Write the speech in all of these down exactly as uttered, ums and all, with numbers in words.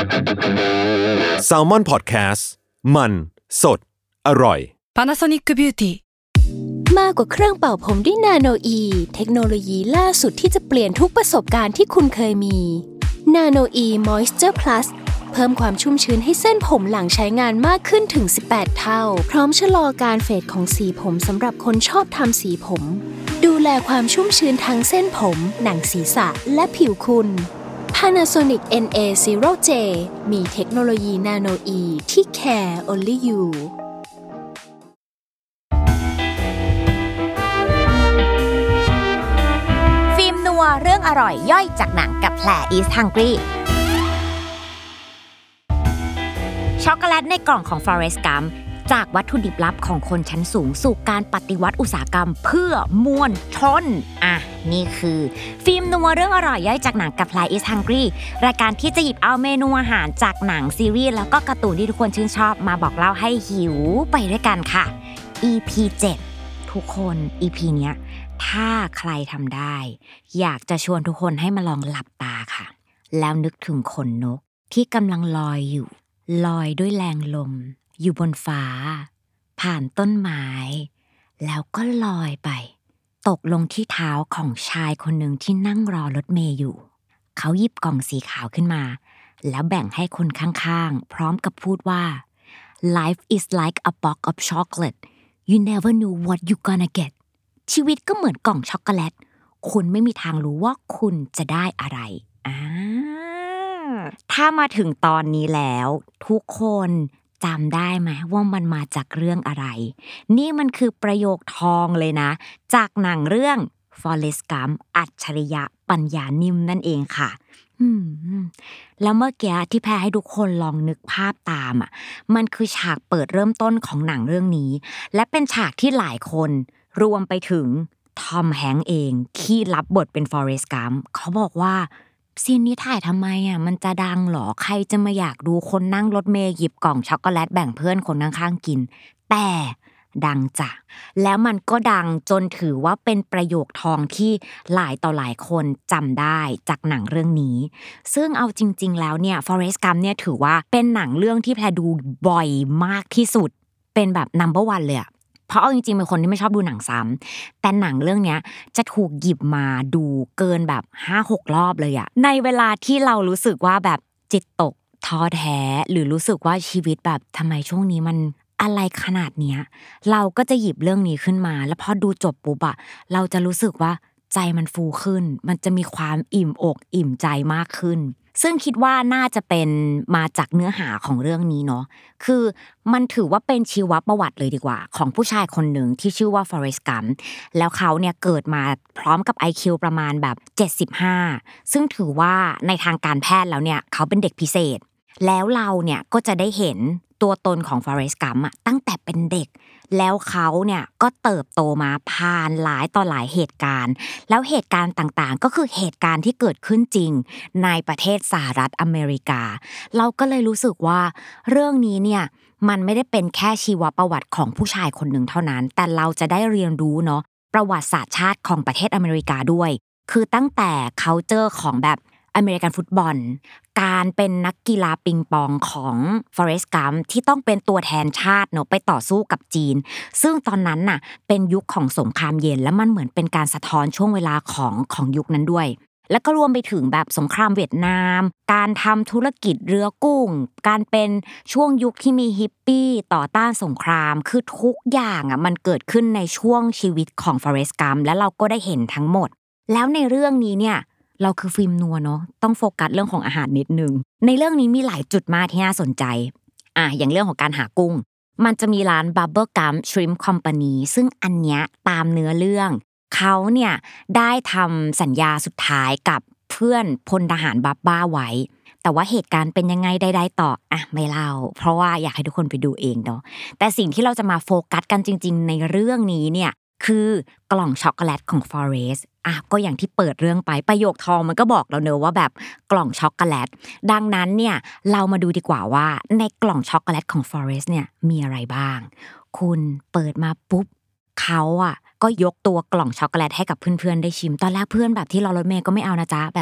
Salmon Podcast มันสดอร่อย Panasonic Beauty มากกว่าเครื่องเป่าผมด้วยนาโนอีเทคโนโลยีล่าสุดที่จะเปลี่ยนทุกประสบการณ์ที่คุณเคยมีนาโนอีมอยส์เจอร์พลัสเพิ่มความชุ่มชื้นให้เส้นผมหลังใช้งานมากขึ้นถึงสิบแปดเท่าพร้อมชะลอการเฟดของสีผมสำหรับคนชอบทำสีผมดูแลความชุ่มชื้นทั้งเส้นผมหนังศีรษะและผิวคุณ Panasonic เอ็น เอ ศูนย์ เจ มีเทคโนโลยีนาโนอีที่ care only you ฟิล์มนัวเรื่องอร่อยย่อยจากหนังกับแผล East Hungry ช็อกโกแลตในกล่องของ Forrest Gump จากวัตถุดิบลับของคนชั้นสูงสู่การปฏิวัติอุตสาหกรรมเพื่อมวลชนอ่ะนี่คือฟิล์มนัวเรื่องอร่อยย่อยจากหนังกับแผล East Hungry รายการที่จะหยิบเอาเมนูอาหารจากหนังซีรีส์แล้วก็การ์ตูนที่ทุกคนชื่นชอบมาบอกเล่าให้หิวไปด้วยกันค่ะ อี พี เจ็ด ทุกคน อี พี เนี้ยถ้าใครทำได้อยากจะชวนทุกคนให้มาลองหลับตาค่ะแล้วนึกถึงขนนกที่กำลังลอยอยู่ลอยด้วยแรงลมอยู่บนฟ้าผ่านต้นไม้แล้วก็ลอยไปตกลงที่เท้าของชายคนหนึ่งที่นั่งรอรถเมล์อยู่เขาหยิบกล่องสีขาวขึ้นมาแล้วแบ่งให้คนข้างๆพร้อมกับพูดว่า Life is like a box of chocolate you never know what you gonna getชีวิตก็เหมือนกล่องช็อกโกแลตคุณไม่มีทางรู้ว่าคุณจะได้อะไรอ่าถ้ามาถึงตอนนี้แล้วทุกคนจำได้ไหมว่ามันมาจากเรื่องอะไรนี่มันคือประโยคทองเลยนะจากหนังเรื่อง Forrest Gump อัจฉริยะปัญญานิ่มนั่นเองค่ะอืมแล้วเมื่อกี้ที่แพรให้ทุกคนลองนึกภาพตามอ่ะมันคือฉากเปิดเริ่มต้นของหนังเรื่องนี้และเป็นฉากที่หลายคนรวมไปถึงทอมแฮงค์เองที่รับบทเป็น Forrest Gump เขาบอกว่าซีนนี้ถ่ายทำไมอ่ะมันจะดังหรอใครจะมาอยากดูคนนั่งรถเมล์หยิบกล่องช็อกโกแลตแบ่งเพื่อนคนข้างๆกินแต่ดังจ้ะแล้วมันก็ดังจนถือว่าเป็นประโยคทองที่หลายต่อหลายคนจำได้จากหนังเรื่องนี้ซึ่งเอาจริงๆแล้วเนี่ย Forrest Gump เนี่ยถือว่าเป็นหนังเรื่องที่แพรดูบ่อยมากที่สุดเป็นแบบ number one เลยอะเพราะเอาจริงๆเป็นคนที่ไม่ชอบดูหนังซ้ำแต่หนังเรื่องเนี้ยจะถูกหยิบมาดูเกินแบบ ห้าหก รอบเลยอะในเวลาที่เรารู้สึกว่าแบบจิตตกท้อแท้หรือรู้สึกว่าชีวิตแบบทำไมช่วงนี้มันอะไรขนาดเนี้ยเราก็จะหยิบเรื่องนี้ขึ้นมาแล้วพอดูจบปุ๊บอะเราจะรู้สึกว่าใจมันฟูขึ้นมันจะมีความอิ่มอกอิ่มใจมากขึ้นซึ่งคิดว่าน่าจะเป็นมาจากเนื้อหาของเรื่องนี้เนาะคือมันถือว่าเป็นชีวประวัติเลยดีกว่าของผู้ชายคนหนึ่งที่ชื่อว่า Forrest Gump แล้วเขาเนี่ยเกิดมาพร้อมกับ ไอ คิว ประมาณแบบเจ็ดสิบห้าซึ่งถือว่าในทางการแพทย์แล้วเนี่ยเขาเป็นเด็กพิเศษแล้วเราเนี่ยก็จะได้เห็นตัวตนของ Forrest Gump อ่ะตั้งแต่เป็นเด็กแล้วเขาเนี่ยก็เติบโตมาผ่านหลายต่อหลายเหตุการณ์แล้วเหตุการณ์ต่างๆก็คือเหตุการณ์ที่เกิดขึ้นจริงในประเทศสหรัฐอเมริกาเราก็เลยรู้สึกว่าเรื่องนี้เนี่ยมันไม่ได้เป็นแค่ชีวประวัติของผู้ชายคนหนึ่งเท่านั้นแต่เราจะได้เรียนรู้เนาะประวัติศาสตร์ชาติของประเทศอเมริกาด้วยคือตั้งแต่ culture ของแบบอเมริกันฟุตบอลการเป็นนักกีฬาปิงปองของ Forrest Gump ที่ต้องเป็นตัวแทนชาติเนาะไปต่อสู้กับจีนซึ่งตอนนั้นน่ะเป็นยุคของสงครามเย็นและมันเหมือนเป็นการสะท้อนช่วงเวลาของของยุคนั้นด้วยแล้วก็รวมไปถึงแบบสงครามเวียดนามการทำธุรกิจเรือกุ้งการเป็นช่วงยุคที่มีฮิปปี้ต่อต้านสงครามคือทุกอย่างอ่ะมันเกิดขึ้นในช่วงชีวิตของ Forrest Gump และเราก็ได้เห็นทั้งหมดแล้วในเรื่องนี้เนี่ยเราคือฟิล์มนัวเนาะต้องโฟกัสเรื่องของอาหารนิดนึงในเรื่องนี้มีหลายจุดมากที่น่าสนใจอ่ะอย่างเรื่องของการหากุ้งมันจะมีร้าน Bubble Gum Shrimp Company ซึ่งอันเนี้ยตามเนื้อเรื่องเขาเนี่ยได้ทำสัญญาสุดท้ายกับเพื่อนพลทหารบับบ้าไว้แต่ว่าเหตุการณ์เป็นยังไงใดๆต่ออ่ะไม่เล่าเพราะว่าอยากให้ทุกคนไปดูเองเนาะแต่สิ่งที่เราจะมาโฟกัสกันจริงๆในเรื่องนี้เนี่ยคือกล่องช็อกโกแลตของ Forrest อ่ะก็อย่างที่เปิดเรื่องไปประโยคทองมันก็บอกเราเนอะว่าแบบกล่องช็อกโกแลตดังนั้นเนี่ยเรามาดูดีกว่าว่าในกล่องช็อกโกแลตของ Forrest เนี่ยมีอะไรบ้างคุณเปิดมาปุ๊บเขาอ่ะก็ยกตัวกล่องช็อกโกแลตให้กับเพื่อนๆได้ชิมตอนแรกเพื่อนแบบที่รอรถเมล์ก็ไม่เอานะจ๊ะแบบ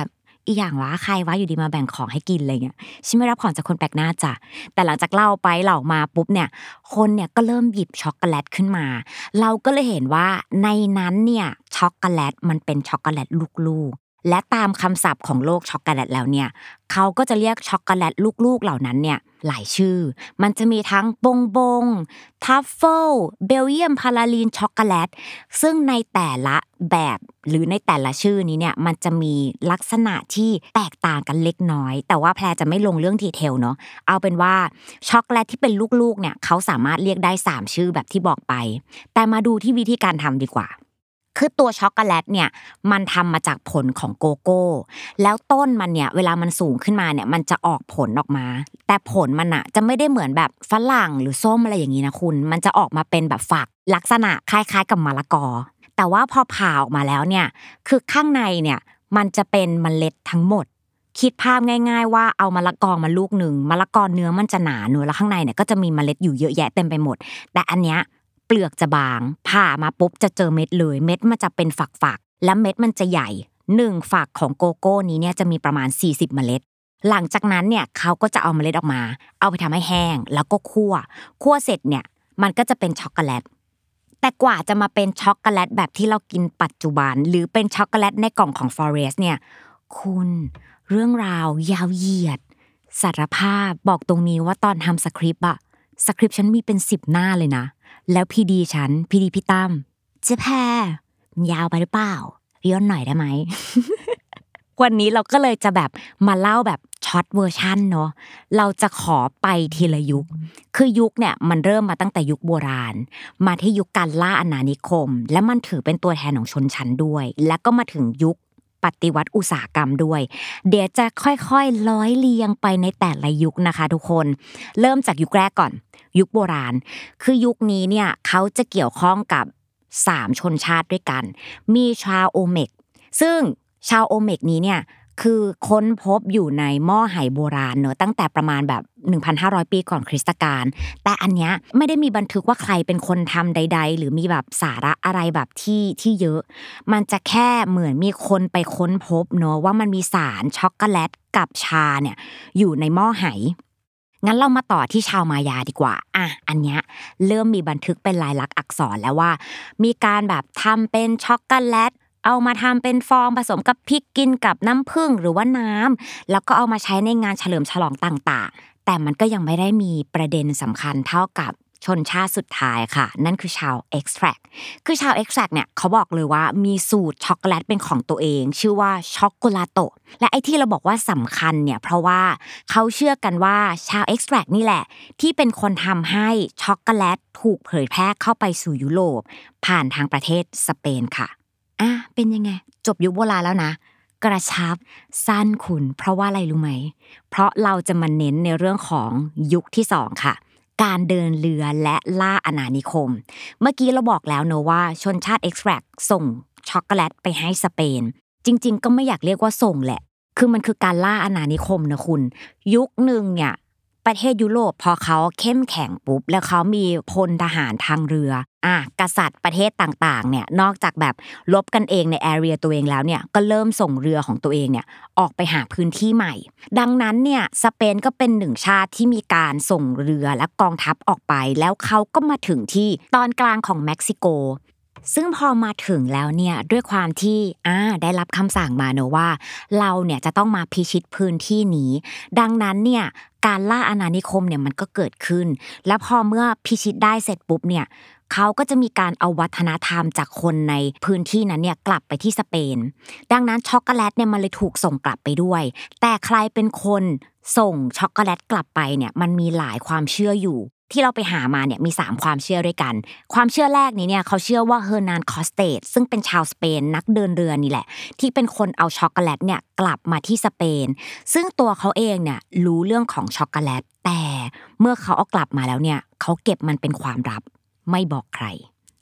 อีอย่างวะใครวะอยู่ดีมาแบ่งของให้กินอะไรเงี้ยฉันไม่รับของจากคนแปลกหน้าจ้ะแต่หลังจากเล่าไปเล่ามาปุ๊บเนี่ยคนเนี่ยก็เริ่มหยิบช็อกโกแลตขึ้นมาเราก็เลยเห็นว่าในนั้นเนี่ยช็อกโกแลตมันเป็นช็อกโกแลตลูกๆและตามคำศัพท์ของโลกช็อกโกแลตแล้วเนี่ยเขาก็จะเรียกช็อกโกแลตลูกๆเหล่านั้นเนี่ยหลายชื่อมันจะมีทั้งบงบงทัฟเฟิลเบลเยียมพาราลีนช็อกโกแลตซึ่งในแต่ละแบบหรือในแต่ละชื่อนี้เนี่ยมันจะมีลักษณะที่แตกต่างกันเล็กน้อยแต่ว่าแพรจะไม่ลงเรื่องดีเทลเนาะเอาเป็นว่าช็อกโกแลตที่เป็นลูกๆเนี่ยเขาสามารถเรียกได้สามชื่อแบบที่บอกไปแต่มาดูที่วิธีการทำดีกว่าคือตัวช็อกโกแลตเนี่ยมันทำมาจากผลของโกโก้แล้วต้นมันเนี่ยเวลามันสูงขึ้นมาเนี่ยมันจะออกผลออกมาแต่ผลมันอะจะไม่ได้เหมือนแบบฝรั่งหรือส้มอะไรอย่างนี้นะคุณมันจะออกมาเป็นแบบฝักลักษณะคล้ายๆกับมะละกอแต่ว่าพอผ่าออกมาแล้วเนี่ยคือข้างในเนี่ยมันจะเป็นเมล็ดทั้งหมดคิดภาพง่ายๆว่าเอามะละกอมาลูกนึงมะละกอเนื้อมันจะหนาเนื้อแล้วข้างในเนี่ยก็จะมีเมล็ดอยู่เยอะแยะเต็มไปหมดแต่อันเนี้ยเปลือกจะบางผ่ามาปุ๊บจะเจอเม็ดเลยเม็ดมันจะเป็นฝักๆและเม็ดมันจะใหญ่หนึ่งฝักของโกโก้นี้เนี่ยจะมีประมาณสี่สิบเมล็ดหลังจากนั้นเนี่ยเขาก็จะเอาเมล็ดออกมาเอาไปทำให้แห้งแล้วก็คั่วคั่วเสร็จเนี่ยมันก็จะเป็นช็อกโกแลตแต่กว่าจะมาเป็นช็อกโกแลตแบบที่เรากินปัจจุบันหรือเป็นช็อกโกแลตในกล่องของ Forest เนี่ยคุณเรื่องราวยาวเหยียดสารภาพบอกตรงนี้ว่าตอนทำสคริปต์อะสคริปต์ฉันมีเป็นสิบหน้าเลยนะแล้วพีดีฉันพีดีพี่ตั้มเจ๊แพรมันยาวไปหรือเปล่าย้อนหน่อยได้ไหม วันนี้เราก็เลยจะแบบมาเล่าแบบช็อตเวอร์ชันเนาะเราจะขอไปทีละยุคคือยุคเนี่ยมันเริ่มมาตั้งแต่ยุคโบราณมาที่ยุคการล่าอาณานิคมและมันถือเป็นตัวแทนของชนชั้นด้วยแล้วก็มาถึงยุคปฏิวัติอุตสาหกรรมด้วยเดี๋ยวจะค่อยๆร้อยเรียงไปในแต่ละยุคนะคะทุกคนเริ่มจากยุคแรกก่อนยุคโบราณคือยุคนี้เนี่ยเขาจะเกี่ยวข้องกับสามชนชาติด้วยกันมีชาวโอเมกซึ่งชาวโอเมกนี้เนี่ยคือค้นพบอยู่ในหม้อไหโบราณเนอะตั้งแต่ประมาณแบบ หนึ่งพันห้าร้อย ปีก่อนคริสตกาลแต่อันเนี้ยไม่ได้มีบันทึกว่าใครเป็นคนทำใดๆหรือมีแบบสาระอะไรแบบที่ที่เยอะมันจะแค่เหมือนมีคนไปค้นพบเนอะว่ามันมีสารช็อกโกแลตกับชาเนี่ยอยู่ในหม้อไหงั้นเรามาต่อที่ชาวมายาดีกว่าอ่ะอันเนี้ยเริ่มมีบันทึกเป็นลายลักษณ์อักษรแล้วว่ามีการแบบทำเป็นช็อกโกแลตเอามาทำเป็นฟองผสมกับพริกกินกับน้ำผึ้งหรือว่าน้ำแล้วก็เอามาใช้ในงานเฉลิมฉลองต่างๆแต่มันก็ยังไม่ได้มีประเด็นสำคัญเท่ากับชนชาติสุดท้ายค่ะนั่นคือชาว Extract คือชาว Extract เนี่ยเขาบอกเลยว่ามีสูตรช็อกโกแลตเป็นของตัวเองชื่อว่าช็อกโกลาโตและไอ้ที่เราบอกว่าสำคัญเนี่ยเพราะว่าเขาเชื่อกันว่าชาว Extract นี่แหละที่เป็นคนทำให้ช็อกโกแลตถูกเผยแพร่เข้าไปสู่ยุโรปผ่านทางประเทศสเปนค่ะอ่ะเป็นยังไงจบยุคโบราณแล้วนะกระชับสั้นคุณเพราะว่าอะไรรู้ไหมเพราะเราจะมาเน้นในเรื่องของยุคที่สองค่ะการเดินเรือและล่าอาณานิคมเมื่อกี้เราบอกแล้วเนอะว่าชนชาติ Extract ส่งช็อกโกแลตไปให้สเปนจริงๆก็ไม่อยากเรียกว่าส่งแหละคือมันคือการล่าอาณานิคมนะคุณยุคนึงเนี่ยประเทศยุโรปพอเขาเข้มแข็งปุ๊บแล้วเขามีพลทหารทางเรืออ่ะกษัตริย์ประเทศต่างๆเนี่ยนอกจากแบบลบกันเองในแอเรียตัวเองแล้วเนี่ยก็เริ่มส่งเรือของตัวเองเนี่ยออกไปหาพื้นที่ใหม่ดังนั้นเนี่ยสเปนก็เป็นหนึ่งชาติที่มีการส่งเรือและกองทัพออกไปแล้วเขาก็มาถึงที่ตอนกลางของเม็กซิโกซึ่งพอมาถึงแล้วเนี่ยด้วยความที่อ่าได้รับคำสั่งมาเนอะว่าเราเนี่ยจะต้องมาพิชิตพื้นที่นี้ดังนั้นเนี่ยการล่าอาณานิคมเนี่ยมันก็เกิดขึ้นแล้วพอเมื่อพิชิตได้เสร็จปุ๊บเนี่ยเขาก็จะมีการเอาวัฒนธรรมจากคนในพื้นที่นั้นเนี่ยกลับไปที่สเปนดังนั้นช็อกโกแลตเนี่ยมันเลยถูกส่งกลับไปด้วยแต่ใครเป็นคนส่งช็อกโกแลตกลับไปเนี่ยมันมีหลายความเชื่ออยู่ที่เราไปหามาเนี่ยมีสามความเชื่อด้วยกันความเชื่อแรกนี้เนี่ยเขาเชื่อว่าเฮอร์นานคอสเตสซึ่งเป็นชาวสเปนนักเดินเรือนี่แหละที่เป็นคนเอาช็อกโกแลตเนี่ยกลับมาที่สเปนซึ่งตัวเขาเองเนี่ยรู้เรื่องของช็อกโกแลตแต่เมื่อเขาเอากลับมาแล้วเนี่ยเขาเก็บมันเป็นความลับไม่บอกใคร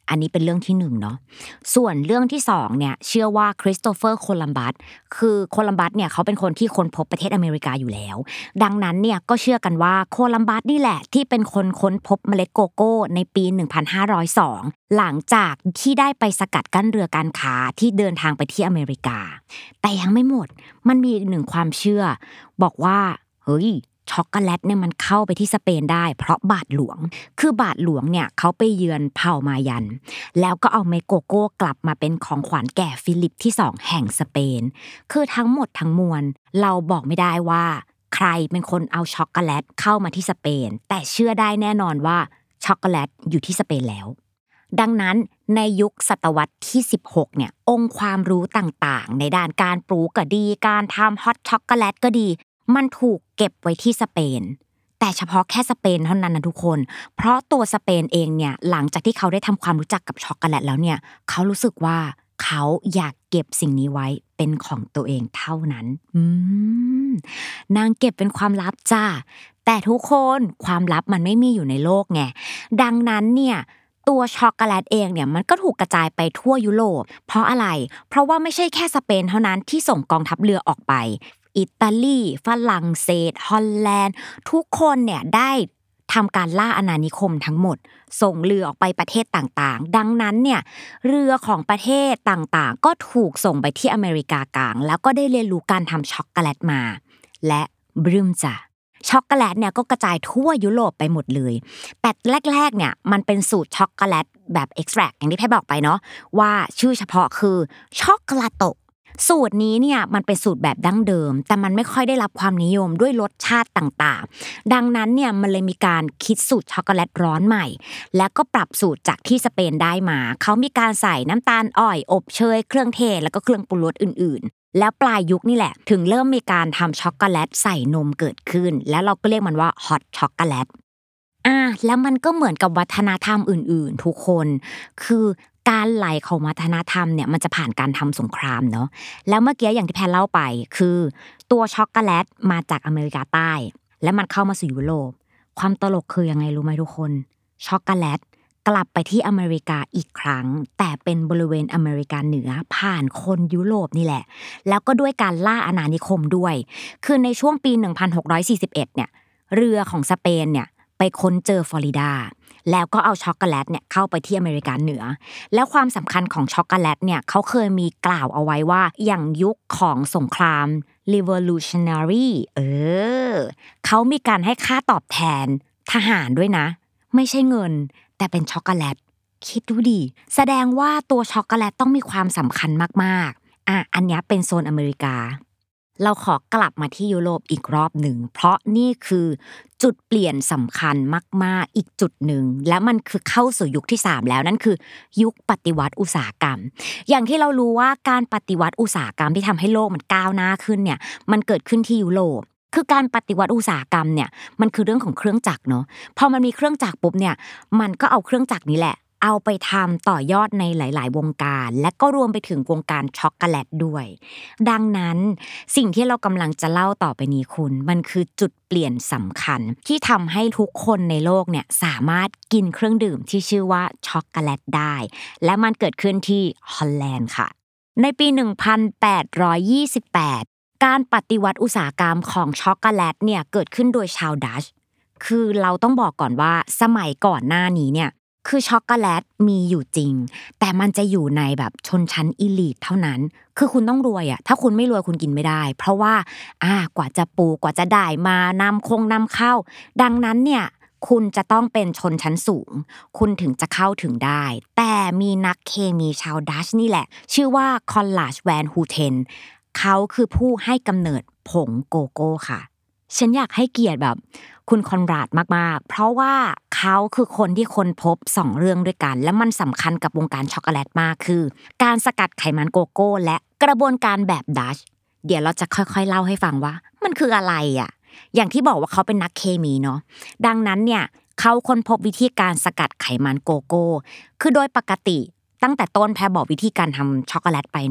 อันนี้เป็นเรื่องที่หนึ่งเนาะส่วนเรื่องที่สองเนี่ยเชื่อว่าคริสโตเฟอร์โคลัมบัสคือโคลัมบัสเนี่ยเขาเป็นคนที่ค้นพบประเทศอเมริกาอยู่แล้วดังนั้นเนี่ยก็เชื่อกันว่าโคลัมบัสนี่แหละที่เป็นคนค้นพบเมล็ดโกโก้ในปีหนึ่งพันห้าร้อยสองหลังจากที่ได้ไปสกัดกั้นเรือการค้าที่เดินทางไปที่อเมริกาแต่ยังไม่หมดมันมีอีกหนึ่งความเชื่อบอกว่าเฮ้ยช็อกโกแลตเนี่ยมันเข้าไปที่สเปนได้เพราะบาทหลวงคือบาทหลวงเนี่ยเขาไปเยือนเผ่ามายันแล้วก็เอาเมโกโก้กลับมาเป็นของขวัญแก่ฟิลิปที่สองแห่งสเปนคือทั้งหมดทั้งมวลเราบอกไม่ได้ว่าใครเป็นคนเอาช็อกโกแลตเข้ามาที่สเปนแต่เชื่อได้แน่นอนว่าช็อกโกแลตอยู่ที่สเปนแล้วดังนั้นในยุคศตวรรษที่สิบหกเนี่ยองค์ความรู้ต่างๆในด้านการปลูกก็ดีการทำฮอตช็อกโกแลตก็ดีมันถูกเก็บไว้ที่สเปนแต่เฉพาะแค่สเปนเท่านั้นนะทุกคนเพราะตัวสเปนเองเนี่ยหลังจากที่เขาได้ทำความรู้จักกับช็อกโกแลตแล้วเนี่ยเขารู้สึกว่าเขาอยากเก็บสิ่งนี้ไว้เป็นของตัวเองเท่านั้นอืมนางเก็บเป็นความลับจ้าแต่ทุกคนความลับมันไม่มีอยู่ในโลกไงดังนั้นเนี่ยตัวช็อกโกแลตเองเนี่ยมันก็ถูกกระจายไปทั่วยุโรปเพราะอะไรเพราะว่าไม่ใช่แค่สเปนเท่านั้นที่ส่งกองทัพเรือออกไปอิตาลีฝรั่งเศสฮอลแลนด์ทุกคนเนี่ยได้ทำการล่าอาณานิคมทั้งหมดส่งเรือออกไปประเทศต่างๆดังนั้นเนี่ยเรือของประเทศต่างๆก็ถูกส่งไปที่อเมริกากลางแล้วก็ได้เรียนรู้การทำช็อกโกแลตมาและบรึมจ้ะช็อกโกแลตเนี่ยก็กระจายทั่วยุโรปไปหมดเลยแต่แรกๆเนี่ยมันเป็นสูตรช็อกโกแลตแบบเอ็กซ์แทรคอย่างที่แพทบอกไปเนาะว่าชื่อเฉพาะคือช็อกโกแลตสูตรนี้เนี่ยมันเป็นสูตรแบบดั้งเดิมแต่มันไม่ค่อยได้รับความนิยมด้วยรสชาติต่างๆดังนั้นเนี่ยมันเลยมีการคิดสูตรช็อกโกแลตร้อนใหม่แล้วก็ปรับสูตรจากที่สเปนได้มาเขามีการใส่น้ำตาลอ้อยอบเชยเครื่องเทศแล้วก็เครื่องปรุงรสอื่นๆแล้วปลายยุคนี่แหละถึงเริ่มมีการทำช็อกโกแลตใส่นมเกิดขึ้นแล้วเราก็เรียกมันว่าฮอตช็อกโกแลตอ่ะแล้วมันก็เหมือนกับวัฒนธรรมอื่นๆทุกคนคือการไหลของวัฒนธรรมเนี่ยมันจะผ่านการทำสงครามเนาะแล้วเมื่อกี้อย่างที่แพนเล่าไปคือตัวช็อกโกแลตมาจากอเมริกาใต้แล้วมันเข้ามาสู่ยุโรปความตลกคือยังไงรู้ไหมทุกคนช็อกโกแลตกลับไปที่อเมริกาอีกครั้งแต่เป็นบริเวณอเมริกาเหนือผ่านคนยุโรปนี่แหละแล้วก็ด้วยการล่าอาณานิคมด้วยคือในช่วงปีหนึ่งพันหกร้อยสี่สิบเอ็ดเนี่ยเรือของสเปนเนี่ยไปค้นเจอฟลอริดาแล้วก็เอาช็อกโกแลตเนี่ยเข้าไปที่อเมริกาเหนือแล้วความสำคัญของช็อกโกแลตเนี่ยเขาเคยมีกล่าวเอาไว้ว่าอย่างยุคของสงคราม Revolutionary เออเขามีการให้ค่าตอบแทนทหารด้วยนะไม่ใช่เงินแต่เป็นช็อกโกแลตคิดดูดิแสดงว่าตัวช็อกโกแลตต้องมีความสำคัญมากๆอ่ะอันนี้เป็นโซนอเมริกาเราขอกลับมาที่ยุโรปอีกรอบหนึ่งเพราะนี่คือจุดเปลี่ยนสำคัญมากๆอีกจุดหนึ่งและมันคือเข้าสู่ยุคที่สามแล้วนั่นคือยุคปฏิวัติอุตสาหกรรมอย่างที่เรารู้ว่าการปฏิวัติอุตสาหกรรมที่ทำให้โลกมันก้าวหน้าขึ้นเนี่ยมันเกิดขึ้นที่ยุโรปคือการปฏิวัติอุตสาหกรรมเนี่ยมันคือเรื่องของเครื่องจักรเนาะพอมันมีเครื่องจักรปุ๊บเนี่ยมันก็เอาเครื่องจักรนี้แหละเอาไปทำต่อยอดในหลายๆวงการและก็รวมไปถึงวงการช็อกโกแลตด้วยดังนั้นสิ่งที่เรากำลังจะเล่าต่อไปนี้คุณมันคือจุดเปลี่ยนสำคัญที่ทำให้ทุกคนในโลกเนี่ยสามารถกินเครื่องดื่มที่ชื่อว่าช็อกโกแลตได้และมันเกิดขึ้นที่ฮอลแลนด์ค่ะในปีหนึ่งพันแปดร้อยยี่สิบแปดการปฏิวัติอุตสาหกรรมของช็อกโกแลตเนี่ยเกิดขึ้นโดยชาวดัชคือเราต้องบอกก่อนว่าสมัยก่อนหน้านี้เนี่ยคือช็อกโกแลตมีอยู่จริงแต่มันจะอยู่ในแบบชนชั้นอีลิทเท่านั้นคือคุณต้องรวยอ่ะถ้าคุณไม่รวยคุณกินไม่ได้เพราะว่าอ่ากว่าจะปลูกกว่าจะได้มานำคงนำเข้าดังนั้นเนี่ยคุณจะต้องเป็นชนชั้นสูงคุณถึงจะเข้าถึงได้แต่มีนักเคมีชาวดัชนี่แหละชื่อว่าคอนลาชแวนฮูเทนเขาคือผู้ให้กำเนิดผงโกโก้ค่ะฉันอยากให้เกียรติแบบคุณคอนราดมากๆเพราะว่าเขาคือคนที่ค้นพบสองเรื่องด้วยกันและมันสำคัญกับวงการช็อกโกแลตมากคือการสกัดไขมันโกโก้และกระบวนการแบบดัชเดี๋ยวเราจะค่อยๆเล่าให้ฟังว่ามันคืออะไรอ่ะอย่างที่บอกว่าเขาเป็นนักเคมีเนาะดังนั้นเนี่ยเขาค้นพบวิธีการสกัดไขมันโกโก้คือโดยปกติตั้งแต่ต้นแพรบอกวิธีการทำช็อกโกแลตไปเนาะ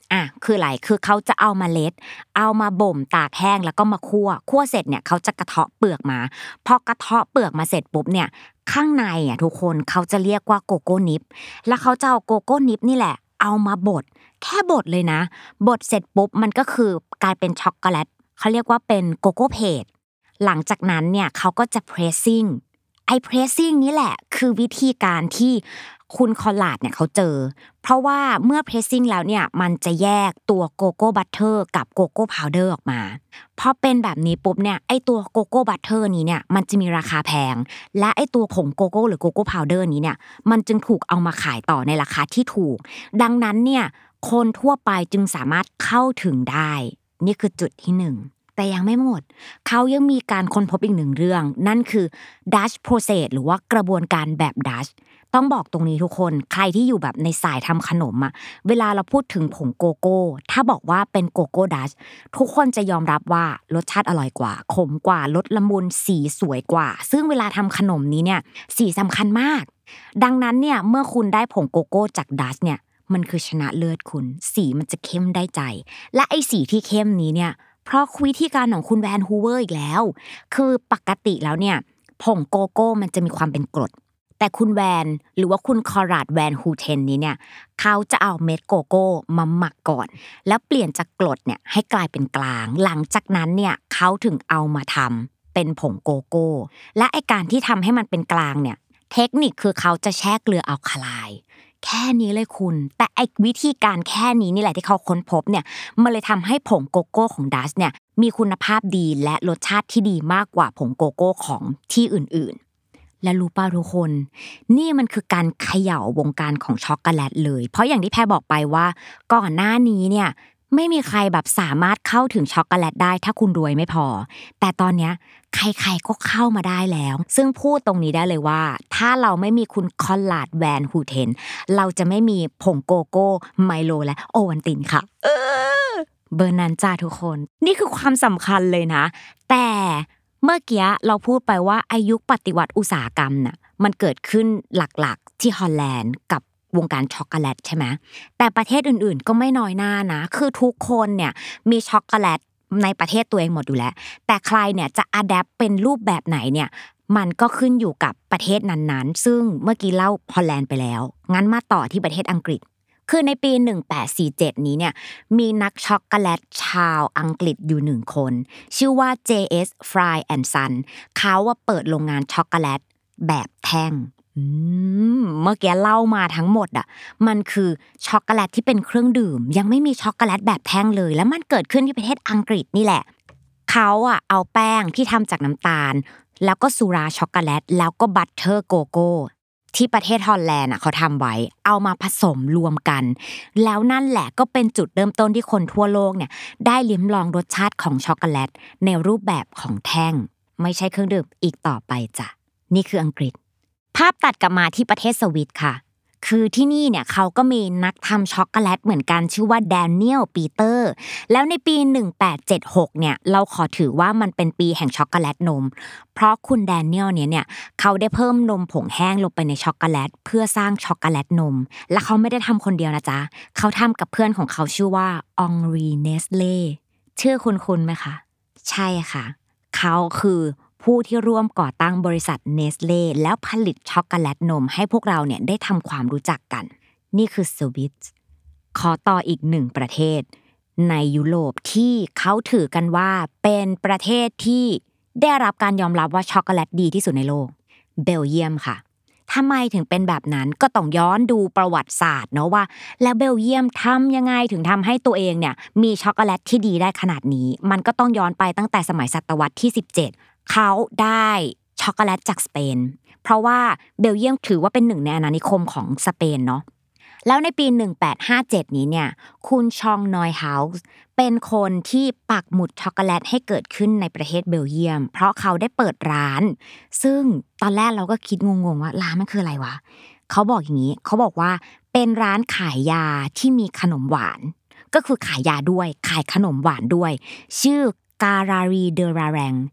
อ่ะคืออะไรคือเขาจะเอาเมล็ดเอามาบ่มตากแห้งแล้วก็มาคั่วคั่วเสร็จเนี่ยเขาจะกระเทาะเปลือกมาพอกระเทาะเปลือกมาเสร็จปุ๊บเนี่ยข้างในอ่ะทุกคนเขาจะเรียกว่าโกโก้นิปแล้วเขาจะเอาโกโก้นิปนี่แหละเอามาบดแค่บดเลยนะบดเสร็จปุ๊บมันก็คือกลายเป็นช็อกโกแลตเขาเรียกว่าเป็นโกโก้เพสหลังจากนั้นเนี่ยเขาก็จะเพรสซิ่งไอ้เพรสซิ่งนี่แหละคือวิธีการที่คุณคอลลาดเนี่ยเขาเจอเพราะว่าเมื่อเพรสซิ่งแล้วเนี่ยมันจะแยกตัวโกโก้บัตเตอร์กับโกโก้พาวเดอร์ออกมาพอเป็นแบบนี้ปุ๊บเนี่ยไอ้ตัวโกโก้บัตเตอร์นี้เนี่ยมันจะมีราคาแพงและไอ้ตัวผงโกโก้หรือโกโก้พาวเดอร์นี้เนี่ยมันจึงถูกเอามาขายต่อในราคาที่ถูกดังนั้นเนี่ยคนทั่วไปจึงสามารถเข้าถึงได้นี่คือจุดที่หนึ่งแต่ยังไม่หมดเขายังมีการค้นพบอีกหนึ่งเรื่องนั่นคือ Dutch process หรือว่ากระบวนการแบบ Dutch ต้องบอกตรงนี้ทุกคนใครที่อยู่แบบในสายทำขนมอ่ะเวลาเราพูดถึงผงโกโก้ถ้าบอกว่าเป็นโกโก้ดัชทุกคนจะยอมรับว่ารสชาติอร่อยกว่าขมกว่ารสละมุนสีสวยกว่าซึ่งเวลาทำขนมนี้เนี่ยสีสำคัญมากดังนั้นเนี่ยเมื่อคุณได้ผงโกโก้จากดัชเนี่ยมันคือชนะเลิศคุณสีมันจะเข้มได้ใจและไอ้สีที่เข้มนี้เนี่ยเพราะวิธีการของคุณแวนฮูเวอร์อีกแล้วคือปกติแล้วเนี่ยผงโกโก้มันจะมีความเป็นกรดแต่คุณแวนหรือว่าคุณคอราดแวนฮูเทนนี้เนี่ยเขาจะเอาเม็ดโกโก้มาหมักก่อนแล้วเปลี่ยนจากกรดเนี่ยให้กลายเป็นกลางหลังจากนั้นเนี่ยเขาถึงเอามาทำเป็นผงโกโก้และไอ้การที่ทำให้มันเป็นกลางเนี่ยเทคนิคคือเขาจะแช่เกลืออัลคาไลน์แค่นี้เลยคุณแต่ไอ้วิธีการแค่นี้นี่แหละที่เขาค้นพบเนี่ยมันเลยทำให้ผงโกโก้ของดัชเนี่ยมีคุณภาพดีและรสชาติที่ดีมากกว่าผงโกโก้ของที่อื่นๆและรู้ป่ะทุกคนนี่มันคือการเขย่าวงการของช็อกโกแลตเลยเพราะอย่างที่แพรบอกไปว่าก่อนหน้านี้เนี่ยไม่มีใครแบบสามารถเข้าถึงช็อกโกแลตได้ถ้าคุณรวยไม่พอแต่ตอนเนี้ยใครๆก็เข้ามาได้แล้วซึ่งพูดตรงนี้ได้เลยว่าถ้าเราไม่มีคุณคอลลาดแวนฮูเทนเราจะไม่มีผงโกโก้ไมโลและโอวัลตินค่ะเออเบอร์นั้นจ้าทุกคนนี่คือความสำคัญเลยนะแต่เมื่อกี้เราพูดไปว่าอายุปฏิวัติอุตสาหกรรมน่ะมันเกิดขึ้นหลักๆที่ฮอลแลนด์กับวงการช็อกโกแลตใช่ไหมแต่ประเทศอื่นๆก็ไม่น้อยหน้านะคือทุกคนเนี่ยมีช็อกโกแลตในประเทศตัวเองหมดอยู่แล้วแต่ใครเนี่ยจะอะแดปเป็นรูปแบบไหนเนี่ยมันก็ขึ้นอยู่กับประเทศนั้นๆซึ่งเมื่อกี้เล่าฮอลแลนด์ไปแล้วงั้นมาต่อที่ประเทศอังกฤษคือในปีหนึ่งพันแปดร้อยสี่สิบเจ็ดนี้เนี่ยมีนักช็อกโกแลตชาวอังกฤษอยู่หนึ่งคนชื่อว่า เจ เอส Fry and Son เขาว่าเปิดโรงงานช็อกโกแลตแบบแท่งอืมเมื่อกี้เล่ามาทั้งหมดอ่ะมันคือช็อกโกแลตที่เป็นเครื่องดื่มยังไม่มีช็อกโกแลตแบบแท่งเลยแล้วมันเกิดขึ้นที่ประเทศอังกฤษนี่แหละเขาอ่ะเอาแป้งที่ทำจากน้ำตาลแล้วก็สุราช็อกโกแลตแล้วก็บัตเตอร์โกโก้ที่ประเทศฮอลแลนด์อ่ะเขาทำไว้เอามาผสมรวมกันแล้วนั่นแหละก็เป็นจุดเริ่มต้นที่คนทั่วโลกเนี่ยได้ลิ้มลองรสชาติของช็อกโกแลตในรูปแบบของแท่งไม่ใช่เครื่องดื่มอีกต่อไปจ้ะนี่คืออังกฤษภาพตัดกลับมาที่ประเทศสวิตค่ะคือที่นี่เนี่ยเขาก็มีนักทำช็อกโกแลตเหมือนกันชื่อว่าแดเนียลปีเตอร์แล้วในปีหนึ่งพันแปดร้อยเจ็ดสิบหกเนี่ยเราขอถือว่ามันเป็นปีแห่งช็อกโกแลตนมเพราะคุณแดเนียลเนี่ยเนี่ยเขาได้เพิ่มนมผงแห้งลงไปในช็อกโกแลตเพื่อสร้างช็อกโกแลตนมและเขาไม่ได้ทำคนเดียวนะจ๊ะเขาทำกับเพื่อนของเขาชื่อว่าองรีเนสเล่ชื่อคุ้นๆไหมคะใช่ค่ะเขาคือผู้ที่ร่วมก่อตั้งบริษัทเนสเล่แล้วผลิตช็อกโกแลตนมให้พวกเราเนี่ยได้ทำความรู้จักกันนี่คือสวิตขอต่ออีกหนึ่งประเทศในยุโรปที่เขาถือกันว่าเป็นประเทศที่ได้รับการยอมรับว่าช็อกโกแลตดีที่สุดในโลกเบลเยียมค่ะทำไมถึงเป็นแบบนั้นก็ต้องย้อนดูประวัติศาสตร์เนาะว่าแล้วเบลเยียมทำยังไงถึงทำให้ตัวเองเนี่ยมีช็อกโกแลตที่ดีได้ขนาดนี้มันก็ต้องย้อนไปตั้งแต่สมัยศตวรรษที่สิบเจ็ดเขาได้ช็อกโกแลตจากสเปนเพราะว่าเบลเยียมถือว่าเป็นหนึ่งในอาณานิคมของสเปนเนาะแล้วในปีหนึ่งพันแปดร้อยห้าสิบเจ็ดนี้เนี่ยคุณชองนอยเฮาส์เป็นคนที่ปักหมุดช็อกโกแลตให้เกิดขึ้นในประเทศเบลเยียมเพราะเขาได้เปิดร้านซึ่งตอนแรกเราก็คิดงงๆว่าร้านมันคืออะไรวะเขาบอกอย่างนี้เขาบอกว่าเป็นร้านขายยาที่มีขนมหวานก็คือขายยาด้วยขายขนมหวานด้วยชื่อการารีเดราแรง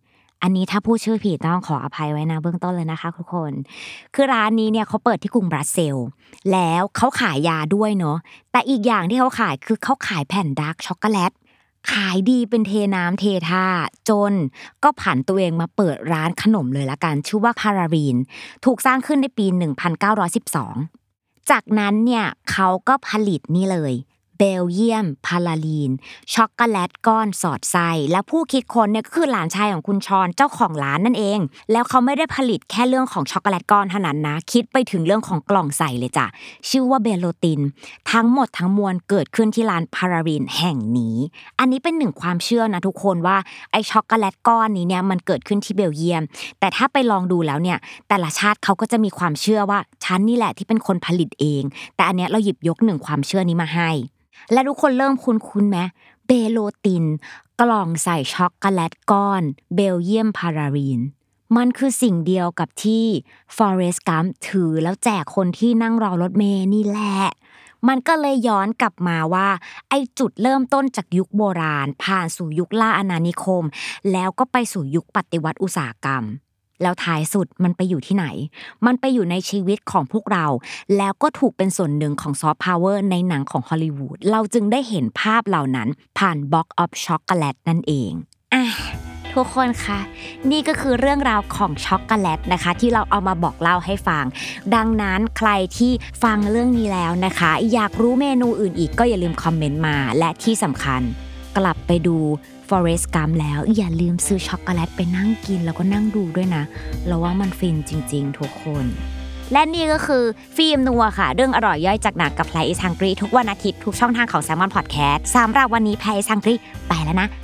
อันนี้ถ้าพูดชื่อผิดต้องขออภัยไว้นะเบื้องต้นเลยนะคะทุกคนคือร้านนี้เนี่ยเขาเปิดที่กรุงบรัสเซลส์แล้วเขาขายยาด้วยเนาะแต่อีกอย่างที่เขาขายคือเขาขายแผ่นดาร์กช็อกโกแลตขายดีเป็นเทน้ำเทท่าจนก็ผันตัวเองมาเปิดร้านขนมเลยละกันชื่อว่าพารารีนถูกสร้างขึ้นในปีหนึ่งพันเก้าร้อยสิบสองจากนั้นเนี่ยเขาก็ผลิตนี่เลยเบลเยียมพาราลีนช็อกโกแลตก้อนสอดไส้และผู้คิดค้นเนี่ยก็คือหลานชายของคุณชอนเจ้าของร้านนั่นเองแล้วเขาไม่ได้ผลิตแค่เรื่องของช็อกโกแลตก้อนเท่านั้นนะคิดไปถึงเรื่องของกล่องใส่เลยจ้ะชื่อว่าเบโลตินทั้งหมดทั้งมวลเกิดขึ้นที่ร้านพาราลีนแห่งนี้อันนี้เป็นหนึ่งความเชื่อนะทุกคนว่าไอ้ช็อกโกแลตก้อนนี้เนี่ยมันเกิดขึ้นที่เบลเยียมแต่ถ้าไปลองดูแล้วเนี่ยแต่ละชาติเขาก็จะมีความเชื่อว่าฉันนี่แหละที่เป็นคนผลิตเองแต่อันเนี้ยเราหยิบยกหนึ่งความเชื่อนี้มาให้และทุกคนเริ่มคุ้นๆไหมเบโลตินกล่องใส่ช็อกโกแลตก้อนเบลเยียมพาราลีนมันคือสิ่งเดียวกับที่ฟอเรสต์กัมป์ถือแล้วแจกคนที่นั่งรอรถเมล์นี่แหละมันก็เลยย้อนกลับมาว่าไอ้จุดเริ่มต้นจากยุคโบราณผ่านสู่ยุคล่าอาณานิคมแล้วก็ไปสู่ยุคปฏิวัติอุตสาหกรรมแล้วท้ายสุดมันไปอยู่ที่ไหนมันไปอยู่ในชีวิตของพวกเราแล้วก็ถูกเป็นส่วนหนึ่งของซอฟต์พาวเวอร์ในหนังของฮอลลีวูดเราจึงได้เห็นภาพเหล่านั้นผ่านบ็อกซ์ออฟช็อกโกแลตนั่นเองอ่ะทุกคนคะนี่ก็คือเรื่องราวของช็อกโกแลตนะคะที่เราเอามาบอกเล่าให้ฟังดังนั้นใครที่ฟังเรื่องนี้แล้วนะคะอยากรู้เมนูอื่นอีกก็อย่าลืมคอมเมนต์มาและที่สำคัญกลับไปดูForrest Gump แล้วอย่าลืมซื้อช็อกโกแลตไปนั่งกินแล้วก็นั่งดูด้วยนะเราว่ามันฟินจริงๆทุกคนและนี่ก็คือฟิล์มนัวค่ะเรื่องอร่อยย่อยจากหนักกับ Play is Hungry ทุกวันอาทิตย์ทุกช่องทางของ Salmon Podcast สำหรับวันนี้ Play is Hungry ไปแล้วนะ